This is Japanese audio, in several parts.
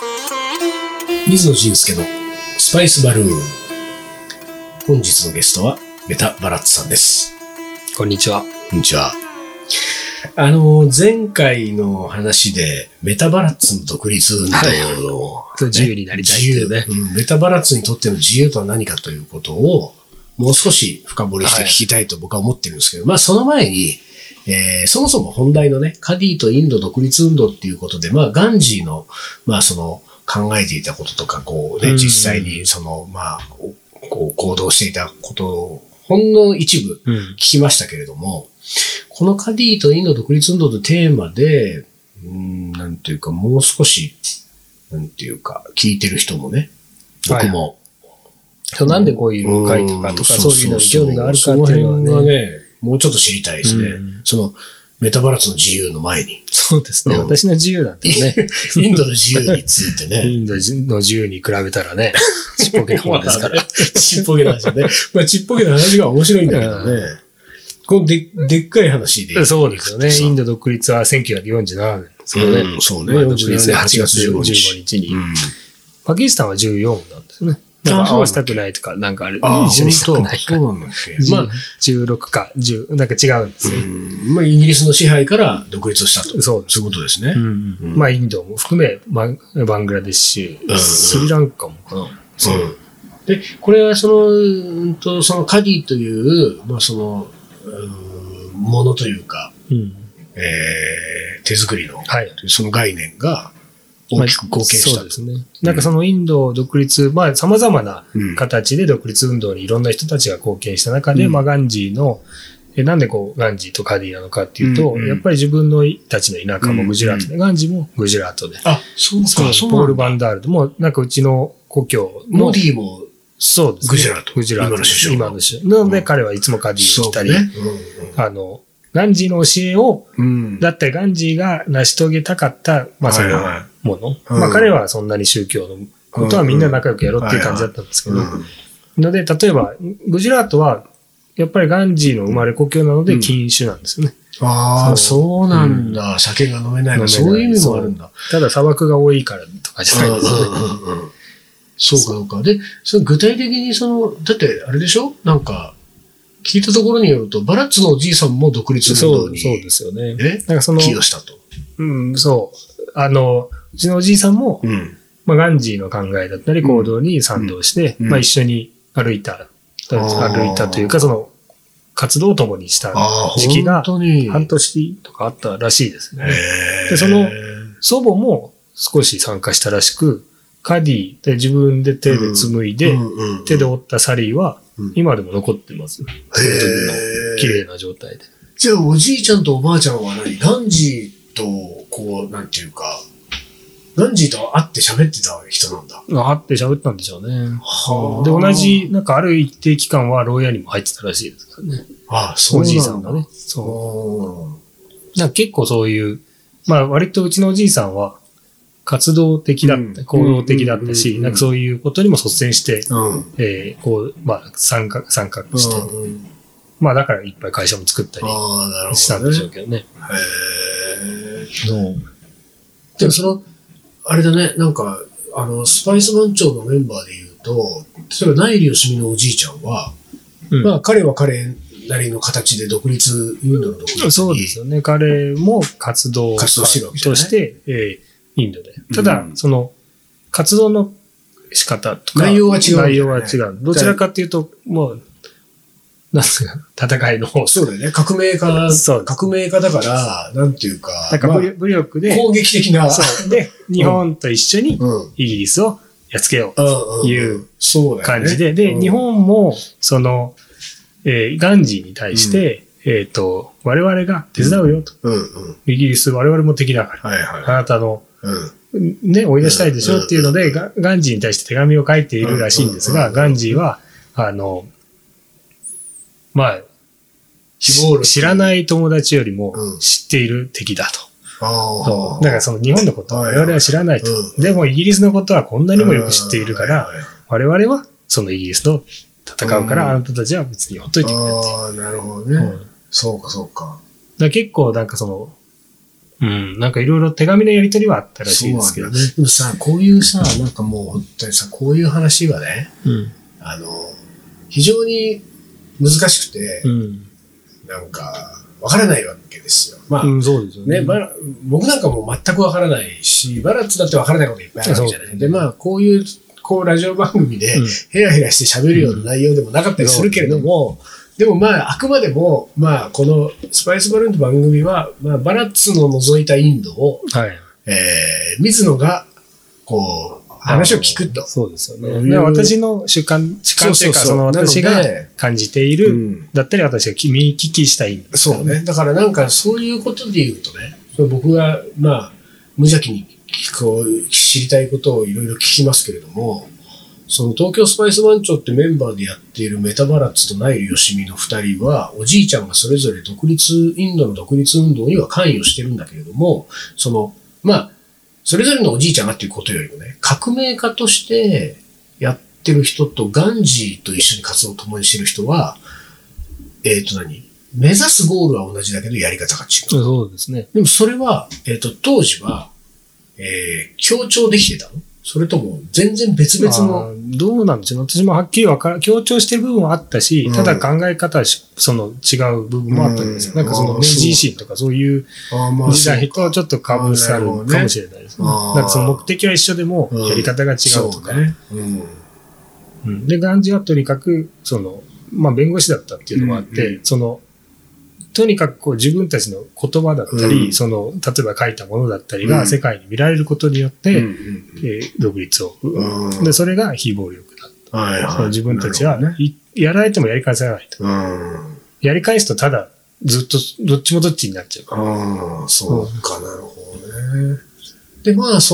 水野仁介のスパイスバルーン。本日のゲストはメタバラッツさんです。 こんにちは。 こんにちは。前回の話でメタバラッツの独立運動の、 自由になりたいっていうね、 メタバラッツにとっての自由とは何かということをもう少し深掘りして聞きたいと僕は思ってるんですけど、まあその前に、そもそも本題のね、カディとインド独立運動っていうことで、まあガンジーの、まあその考えていたこととか、こうね、実際にその、まあ、こう行動していたことをほんの一部聞きましたけれども、このカディとインド独立運動のテーマで、なんていうかもう少し、なんていうか聞いてる人もね、僕も、 なんでこういう会とかそういうのに興味があるかっていうのはね、 もうちょっと知りたいですね。そのメタバラッツの自由の前に。 そうですね。私の自由なんてね。 インドの自由についてね。 インドの自由に比べたらね、ちっぽけなものですから。 ちっぽけな話だね。まあちっぽけな話が面白いんだけどね。このでっかい話で。 そうですよね。インド独立は1947年ですよね。 そうね。 独立で8月15日に。パキスタンは14なんですね。なんか合わせたくないとか、なんかある。一緒にしたくないか。 そうなんだっけ。 まあ、16か10、なんか違うんですよ。 まあ、イギリスの支配から独立したと。 そういうことですね。 まあ、インドも含め、バングラデシュ、スリランカもかな。 で、これはそのカディという、まあ、その、ものというか、手作りの、その概念が、大きく貢献した。 そうですね。なんかそのインド独立、まあ様々な形で独立運動にいろんな人たちが貢献した中で、まあガンジーの、なんでこうガンジーとカディなのかっていうと、やっぱり自分のたちの田舎もグジュラートで、ガンジーもグジュラートで。 あ、そうか、そうポール・バンダールドも、なんかうちの故郷の。 モディも、 そうですね。 グジュラート。 グジュラート。今の首相。なので彼はいつもカディを着たり、ガンジーの教えを、だったりガンジーが成し遂げたかった、まあそのもの。まあ彼はそんなに宗教のことはみんな仲良くやろうっていう感じだったんですけど。ので、例えば、グジュラートは、やっぱりガンジーの生まれ故郷なので禁酒なんですよね。 ああ、そうなんだ。酒が飲めないの。そういう意味もあるんだ。 ただ砂漠が多いからとかじゃないですよね。 そうか、そうか。で、それ具体的にだってあれでしょなんか、聞いたところによると、バラッツのおじいさんも独立運動にそうですよね。 なんか寄与したと。 そう。うちのおじいさんも、まあ、ガンジーの考えだったり行動に賛同して、まあ一緒に歩いたというか、その活動を共にした時期が半年とかあったらしいですね。で、その祖母も少し参加したらしく、カディで自分で手で紡いで、手で折ったサリーは今でも残ってます。その時の綺麗な状態で。 じゃあおじいちゃんとおばあちゃんはガンジーと、こう、なんていうか、ガンジーと会って喋ってた人なんだ。 会って喋ったんでしょうね。で、同じ、なんかある一定期間は牢屋にも入ってたらしいですからね。 ああ、そうなんだ。 おじいさんがね。そう。なんか結構そういう、まあ割とうちのおじいさんは活動的だった、行動的だったし、なんかそういうことにも率先して、こう、まあ参画して、まあだからいっぱい会社も作ったりしたんでしょうけどね。 でもあれだね、なんか、スパイス番長のメンバーで言うと、例えばナイリ・ヨシミのおじいちゃんは、まあ彼は彼なりの形でインドの独立に。 そうですよね。彼も活動として、インドで。ただ、その、活動の仕方とか、 内容は違う。 内容は違う。どちらかっていうと、もう、なんすか、戦いの方。 そうだよね。革命家だから、なんていうか。 なんか武力で。 攻撃的な。 そう。で、日本と一緒にイギリスをやっつけようという感じで、で、日本も、ガンジーに対して、我々が手伝うよと。イギリス我々も敵だから。あなたの、ね、追い出したいでしょっていうので、ガンジーに対して手紙を書いているらしいんですが、ガンジーは、まあ、知らない友達よりも知っている敵だと。だからその日本のことは我々は知らないと。でもイギリスのことはこんなにもよく知っているから、我々はそのイギリスと戦うから、あなたたちは別にほっといてくれって。 ああ、なるほどね。そうか、そうか。 だから結構なんかうん。なんかいろいろ手紙のやり取りはあったらしいですけどね。 でもさ、こういうさ、なんかもう本当にさ、こういう話はね、非常に難しくて、なんか、わからないわけですよ。まあ、 そうですよね。 僕なんかも全くわからないし、バラッツだってわからないこといっぱいあるわけじゃない。で、まあ、こういう、ラジオ番組でヘラヘラして喋るような内容でもなかったりするけれども、でもまあ、あくまでも、まあ、このスパイスバルーンの番組は、まあ、バラッツの除いたインドを、水野が、話を聞くと。 そうですよね。私の主観というか、その私が感じている、だったり私が見聞きしたい。 そうね。だからなんかそういうことで言うとね、僕が、まあ、無邪気に知りたいことをいろいろ聞きますけれども、その東京スパイス番長ってメンバーでやっているメタバラッツとナイルヨシミの二人は、おじいちゃんがそれぞれインドの独立運動には関与してるんだけれども、まあ、それぞれのおじいちゃんがっていうことよりもね、革命家としてやってる人とガンジーと一緒に活動を共にしてる人は、目指すゴールは同じだけどやり方が違う。 そうですね。 でもそれは、当時は、強調できてたの？それとも全然別々の。 どうなんでしょうね。私もはっきり強調してる部分はあったし、ただ考え方はその違う部分もあったんですよ。なんかその明治維新とかそういう時代とちょっとかぶさるかもしれないですね。なんかその目的は一緒でもやり方が違うとか。で、ガンジーはとにかく、まあ弁護士だったっていうのもあって、とにかく自分たちの言葉だったり、例えば書いたものだったりが世界に見られることによって、独立を、で、それが非暴力だ。自分たちは、やられてもやり返さないと。やり返すとただ、ずっとどっちもどっちになっちゃう。 そうかなるほどね。で、まあ、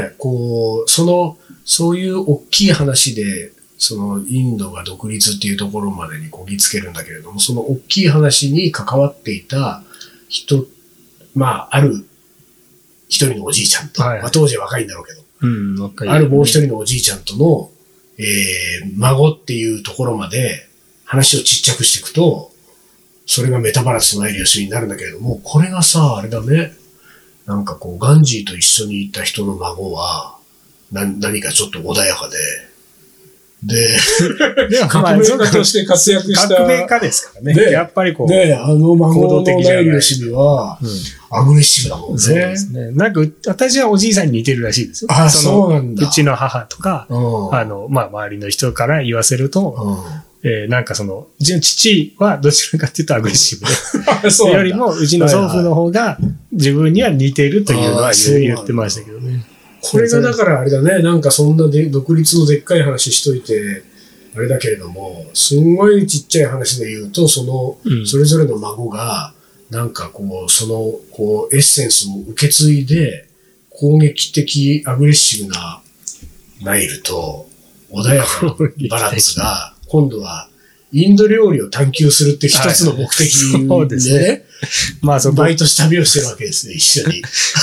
そういう大きい話で、インドが独立っていうところまでにこぎつけるんだけれども、その大きい話に関わっていた人、まあ、ある一人のおじいちゃんと、まあ、当時は若いんだろうけど、あるもう一人のおじいちゃんとの、孫っていうところまで話をちっちゃくしていくと、それがメタバラスのナイルヨシミになるんだけれども、これがさ、あれだね、なんかガンジーと一緒にいた人の孫は、何かちょっと穏やかで、革命家として活躍した。 革命家ですからね。やっぱり孫のナイルヨシミは、アグレッシブだもんね。 そうですね。なんか、私はおじいさんに似てるらしいですよ。 そうなんだ。 うちの母とか、まあ、周りの人から言わせると、なんかうちの父はどちらかというとアグレッシブで。それよりも、うちの祖父の方が自分には似てるというのは言ってましたけどね。 これがだからあれだね、なんかそんな独立のでっかい話しといて、あれだけれども、すんごいちっちゃい話で言うと、それぞれの孫が、なんかエッセンスを受け継いで、攻撃的、アグレッシブなナイルと、穏やかなバラッツが、今度は、インド料理を探求するって一つの目的でね、まあ毎年旅をしてるわけですね、一緒に。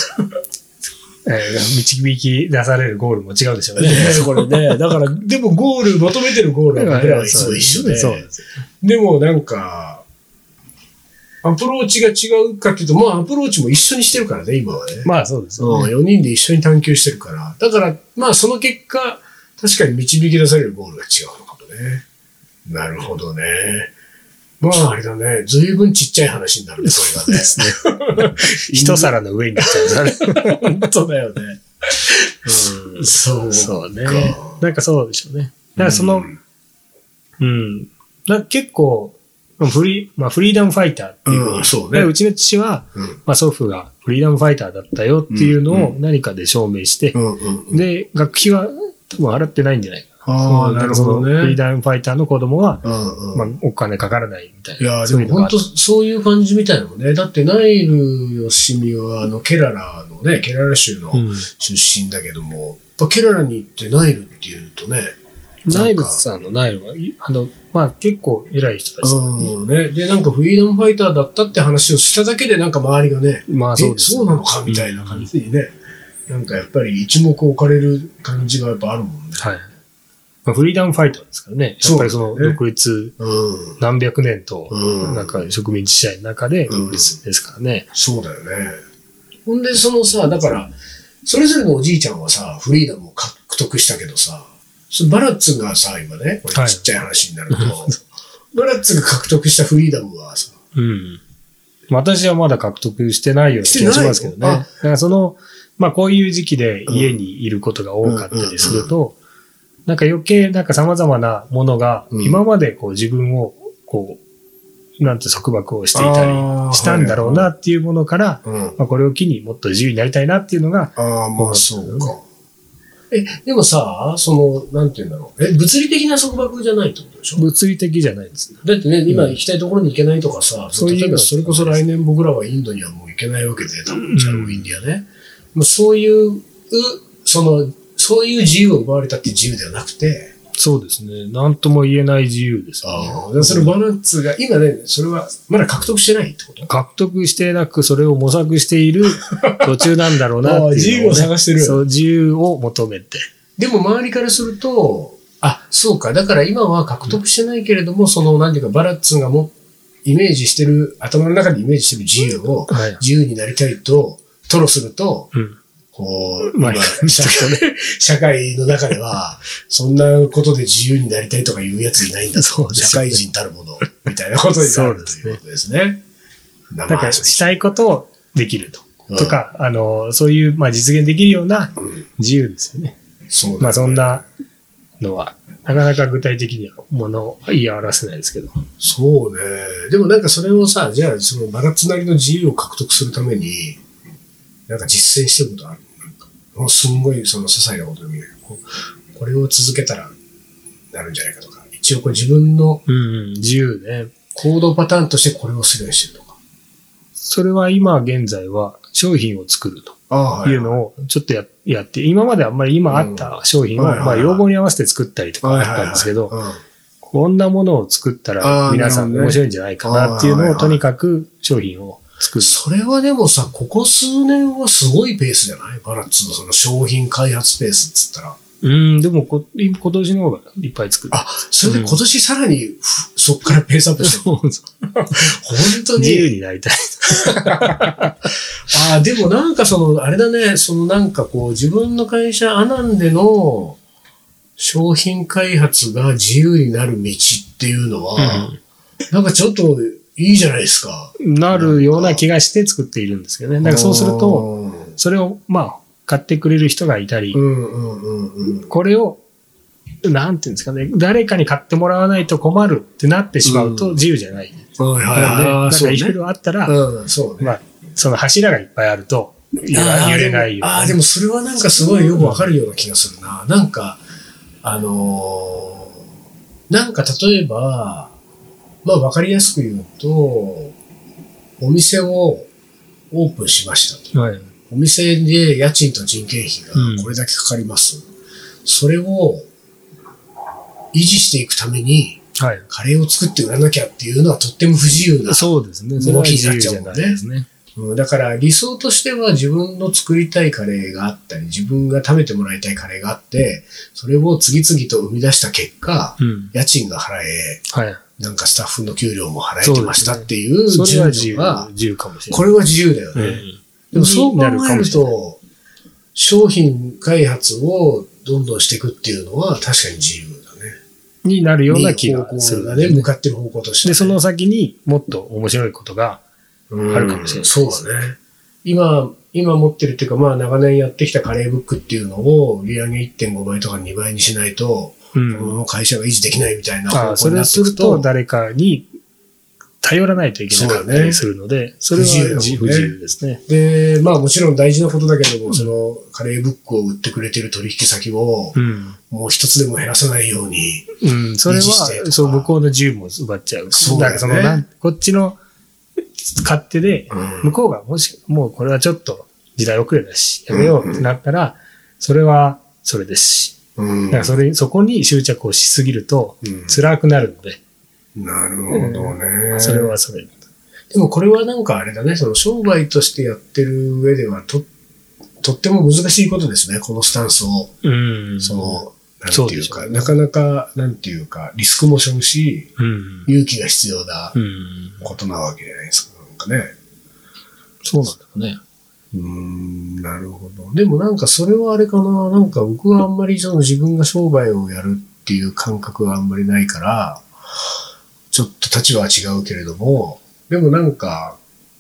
導き出されるゴールも違うでしょうね。 これね。だから、でも求めてるゴールは僕らはいつも一緒で。でもなんか、アプローチが違うかっていうと、まあアプローチも一緒にしてるからね、今はね。 まあそうですよね。 4人で一緒に探求してるから。だから、まあその結果、確かに導き出されるゴールが違うのかもね。なるほどね。まああれだね。随分ちっちゃい話になるね、それがね。ですね。 一皿の上になっちゃうから。 本当だよね。 そうね。なんかそうでしょうね。だから結構、フリーダムファイターっていう。そうね。うちの父は、まあ祖父がフリーダムファイターだったよっていうのを何かで証明して、で、学費は多分払ってないんじゃないかな。なるほどね。フリーダムファイターの子供は、まあお金かからないみたいな。 いや、でも本当そういう感じみたいなのね。だってナイルヨシミはケララのね、ケララ州の出身だけども、ケララに行ってナイルっていうとね、 ナイルさんのナイルは、まあ結構偉い人たちね。で、なんかフリーダムファイターだったって話をしただけでなんか周りがね、 まあそうなのかみたいな感じでね、なんかやっぱり一目置かれる感じがやっぱあるもんね。 はい。まあ、フリーダムファイターですからね。やっぱり独立、何百年と、なんか植民地支配の中で独立ですからね。 そうだよね。 ほんで、そのさ、だから、それぞれのおじいちゃんはさ、フリーダムを獲得したけどさ、バラッツがさ、今ね、これちっちゃい話になると、バラッツが獲得したフリーダムはさ、 私はまだ獲得してないような気がしますけどね。だからこういう時期で家にいることが多かったりすると、なんか余計なんか様々なものが今までこう自分をこう、なんて束縛をしていたりしたんだろうなっていうものから、これを機にもっと自由になりたいなっていうのが、 そうか。でもさ、なんて言うんだろう。物理的な束缚じゃないってことでしょ？ 物理的じゃないですね。 だってね、今行きたいところに行けないとかさ、例えばそれこそ来年僕らはインドにはもう行けないわけで、多分、チャルインディアね。そういう自由を奪われたっていう自由ではなくて、 そうですね。なんとも言えない自由ですね。 それバランスが、今ね、それはまだ獲得してないってこと？ 獲得してなく、それを模索している途中なんだろうなっていう、 自由を探してる。 そう、自由を求めて。 でも周りからすると、そうか。だから今は獲得してないけれども、なんていうか、バラッツがイメージしてる、頭の中でイメージしてる自由を、自由になりたいと、吐露すると、社会の中では、そんなことで自由になりたいとか言うやついないんだと、社会人たるもの、みたいなことになるということですね。 だからしたいことをできるとか、そういう、実現できるような自由ですよね。そんなのは、なかなか具体的には言い表せないですけど。 そうね。でもなんかそれをさ、じゃあそのバラッツなりの自由を獲得するために、なんか実践してることある？なんかすんごい些細なことでもいい。これを続けたらなるんじゃないかとか。一応これ自分の自由ね。 行動パターンとしてこれをするようにしてるとか。 それは今現在は商品を作るというのをちょっとやって、今まであんまり今あった商品を要望に合わせて作ったりとかあったんですけど、こんなものを作ったら皆さん面白いんじゃないかなっていうのをとにかく商品を作る。 それはでもさ、ここ数年はすごいペースじゃない？バラッツのその商品開発ペースっつったら。 でも今年の方がいっぱい作る。 それで今年さらにそっからペースアップしてる。本当に。 自由になりたい。 でもなんかあれだね、なんかこう自分の会社アナンでの商品開発が自由になる道っていうのは、なんかちょっといいじゃないですか。 なるような気がして作っているんですけどね。だからそうすると、それを買ってくれる人がいたり、これを、なんていうんですかね、誰かに買ってもらわないと困るってなってしまうと自由じゃない。なんかいろいろあったら、その柱がいっぱいあると、揺れないよ。 でもそれはなんかすごいよくわかるような気がするな。なんか、なんか例えば、わかりやすく言うと、お店をオープンしましたと。お店で家賃と人件費がこれだけかかります。それを維持していくために、カレーを作って売らなきゃっていうのはとっても不自由な動きになっちゃうもんね。だから理想としては自分の作りたいカレーがあったり、自分が食べてもらいたいカレーがあって、それを次々と生み出した結果、家賃が払え、なんかスタッフの給料も払えてましたっていう自由が、 かもしれない。 これは自由だよね。でもそう考えると、商品開発をどんどんしていくっていうのは確かに自由だね。 になるような気がする。 向かってる方向として。 で、その先にもっと面白いことがあるかもしれない。 そうだね。今持ってるっていうか、長年やってきたカレーブックっていうのを売り上げ 1.5 倍とか2倍にしないと、会社が維持できないみたいな方向になっていくと。 それをすると誰かに頼らないといけなかったりするので、それは不自由ですね。 で、もちろん大事なことだけども、そのカレーブックを売ってくれてる取引先を、もう一つでも減らさないように。 それは、向こうの自由も奪っちゃう。だからこっちの勝手で、向こうがもうこれはちょっと時代遅れだし、やめようってなったら、それはそれですし。だからそこに執着をしすぎると辛くなるので。 なるほどね。それはそれ。 でもこれはなんかあれだね、その商売としてやってる上ではとっても難しいことですね、このスタンスを。なんていうか、なかなか、なんていうか、リスクも背負うし、勇気が必要なことなわけじゃないですか、なんかね。 そうなんだよね。 なるほど。でもなんかそれはあれかな。なんか僕はあんまりその自分が商売をやるっていう感覚はあんまりないから、ちょっと立場は違うけれども、でもなんか、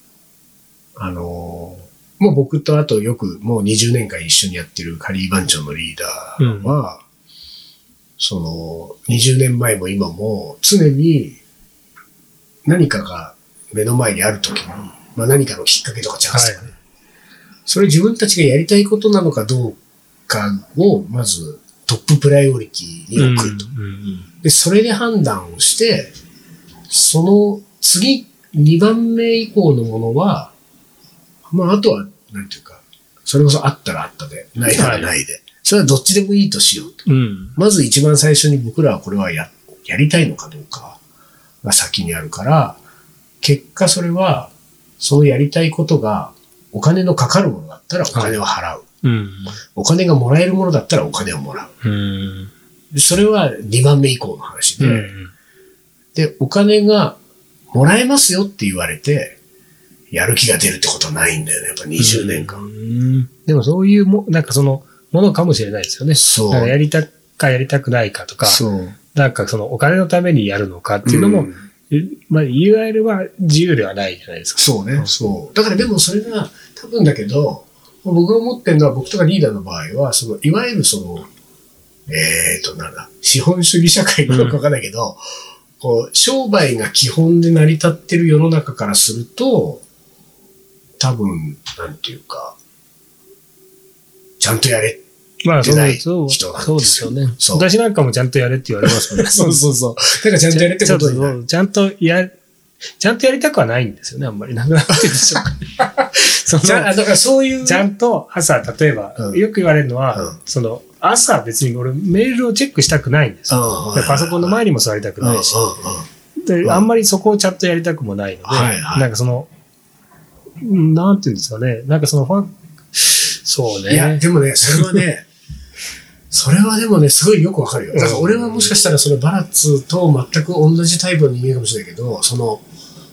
もう僕とあとよくもう20年間一緒にやってるカリー番長のリーダーは、その20年前も今も常に何かが目の前にあるときに、まあ何かのきっかけとかチャンスとかね、それ自分たちがやりたいことなのかどうかをまずトッププライオリティに置くと。で、それで判断をして、その次2番目以降のものは、まああとはなんていうか、それこそあったらあったで、ないならないで。それはどっちでもいいとしようと。まず一番最初に僕らはこれはやりたいのかどうかが先にあるから、結果それは、そのやりたいことがお金のかかるものだったらお金を払う。お金がもらえるものだったらお金をもらう。それは2番目以降の話で、で、お金がもらえますよって言われて、やる気が出るってことはないんだよね、やっぱ20年間。 でもそういうなんかそのものかもしれないですよね。 そう。 だからやりたかやりたくないかとか、なんかそのお金のためにやるのかっていうのも、まあ、いわゆるは自由ではないじゃないですか。 そうね。そう。だからでもそれが多分だけど、僕が思ってるのは僕とかリーダーの場合は、その、いわゆるその、なんだ、資本主義社会なのかわかんないけど、こう、商売が基本で成り立ってる世の中からすると、多分、なんていうか、ちゃんとやれまあ、 人なんですそうですよね。私なんかもちゃんとやれって言われますもんね。 そうそうそう。だからちゃんとやれってことになる。 ちゃんとやりたくはないんですよね、あんまり。なんて言うんでしょうか。 だからそういう。 ちゃんと朝、例えば、よく言われるのは、その、朝別に俺メールをチェックしたくないんですよ。パソコンの前にも座りたくないし。で、あんまりそこをちゃんとやりたくもないので、なんかその、なんていうんですかね、なんかそのそうね。 いや、でもね、それはでもね、すごいよくわかるよ。だから俺はもしかしたらそのバラッツと全く同じタイプの人間かもしれないけど、その、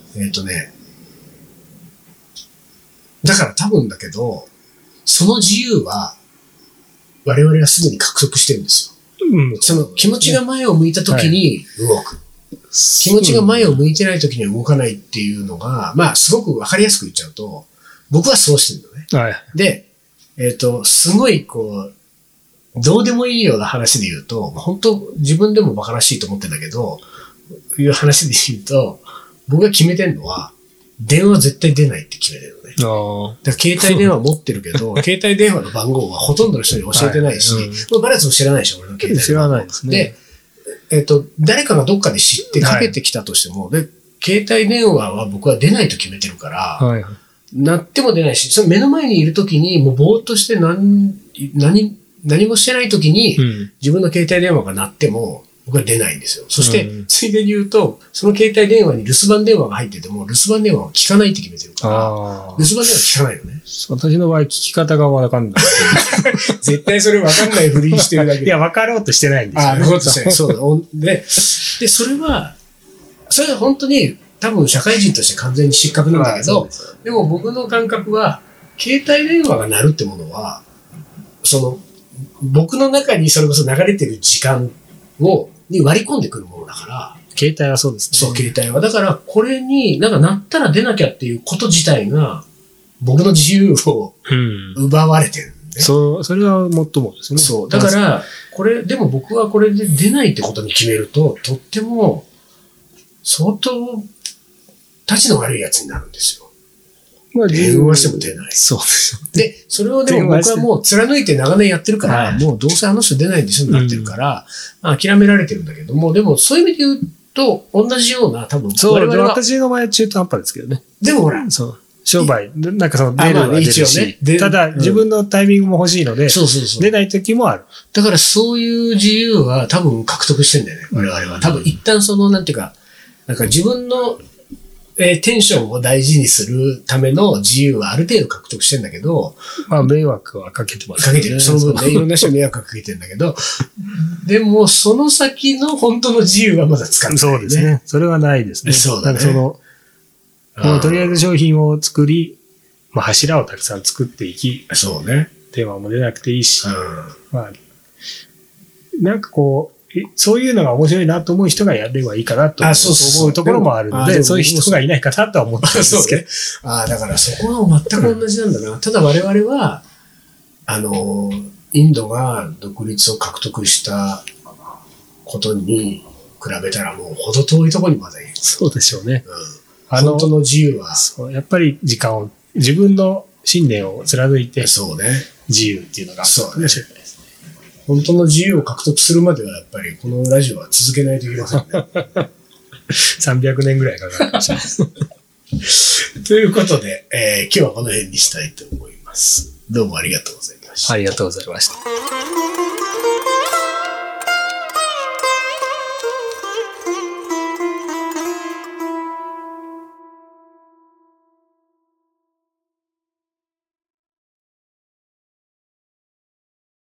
だから多分だけど、その自由は我々はすでに獲得してるんですよ。その気持ちが前を向いた時に動く。気持ちが前を向いてない時には動かないっていうのが、まあすごくわかりやすく言っちゃうと、僕はそうしてるのね。で、すごいこう、どうでもいいような話で言うと、本当自分でも馬鹿らしいと思ってんだけど、いう話で言うと、僕が決めてんのは、電話絶対出ないって決めてるのね。だから携帯電話持ってるけど、携帯電話の番号はほとんどの人に教えてないし、バランスも知らないでしょ、俺の携帯知らないですね。 で、誰かがどっかで知ってかけてきたとしても、で、携帯電話は僕は出ないと決めてるから、鳴っても出ないし、その目の前にいるときに、もうぼーっとして何もしてないときに、自分の携帯電話が鳴っても、僕は出ないんですよ。そして、ついでに言うと、その携帯電話に留守番電話が入ってても、留守番電話は聞かないって決めてるから、留守番電話聞かないよね。 私の場合、聞き方がわかんない。 絶対それわかんないふりしてるだけで。 いや、わかろうとしてないんですよ、 ね。わかろうとしてない。そうだ。で、それは本当に、多分社会人として完全に失格なんだけど、でも僕の感覚は、携帯電話が鳴るってものは、僕の中にそれこそ流れてる時間に割り込んでくるものだから。 携帯はそうですね。 そう、携帯は。だから、これに、なんか鳴ったら出なきゃっていうこと自体が、僕の自由を奪われてる、ね。 それはもっともですね。 そう。だから、でも僕はこれで出ないってことに決めると、とっても、相当、立ちの悪いやつになるんですよ。電話しても出ない。 そうですよ。 で、それをでも僕はもう貫いて長年やってるから、もうどうせあの人出ないんでしょになってるから、諦められてるんだけども、でもそういう意味で言うと、同じような多分、 我々は私の場合は中途半端ですけどね。 でもほら、 商売、なんかその出るは出るし、ただ自分のタイミングも欲しいので、出ない時もある。 だからそういう自由は多分獲得してんだよね、我々は。多分一旦なんていうか、なんか自分のテンションを大事にするための自由はある程度獲得してんだけど、 まあ迷惑はかけてますね。かけてる。その分ね、いろんな人に迷惑かけてるんだけど、でもその先の本当の自由はまだ使ってない、ね。 そうですね。それはないですね。 そうだね。 もうとりあえず商品を作り、 まあ、柱をたくさん作っていき、 そうね。 テーマも出なくていいし、 うん、 まあ、なんかこう、そういうのが面白いなと思う人がやればいいかなと思うところもあるので、そういう人がいないかなとは思ってるんですけど。 だからそこは全く同じなんだな。ただ我々は、インドが独立を獲得したことに比べたらもう程遠いところにまだいる。 そうでしょうね。 本当の自由は。 そう、やっぱり自分の信念を貫いて、 そうね。 自由っていうのがそうかもしれないですね。本当の自由を獲得するまではやっぱりこのラジオは続けないといけませんね。 300年ぐらいかかるかもしれないです。ということで、今日はこの辺にしたいと思います。どうもありがとうございました。 ありがとうございました。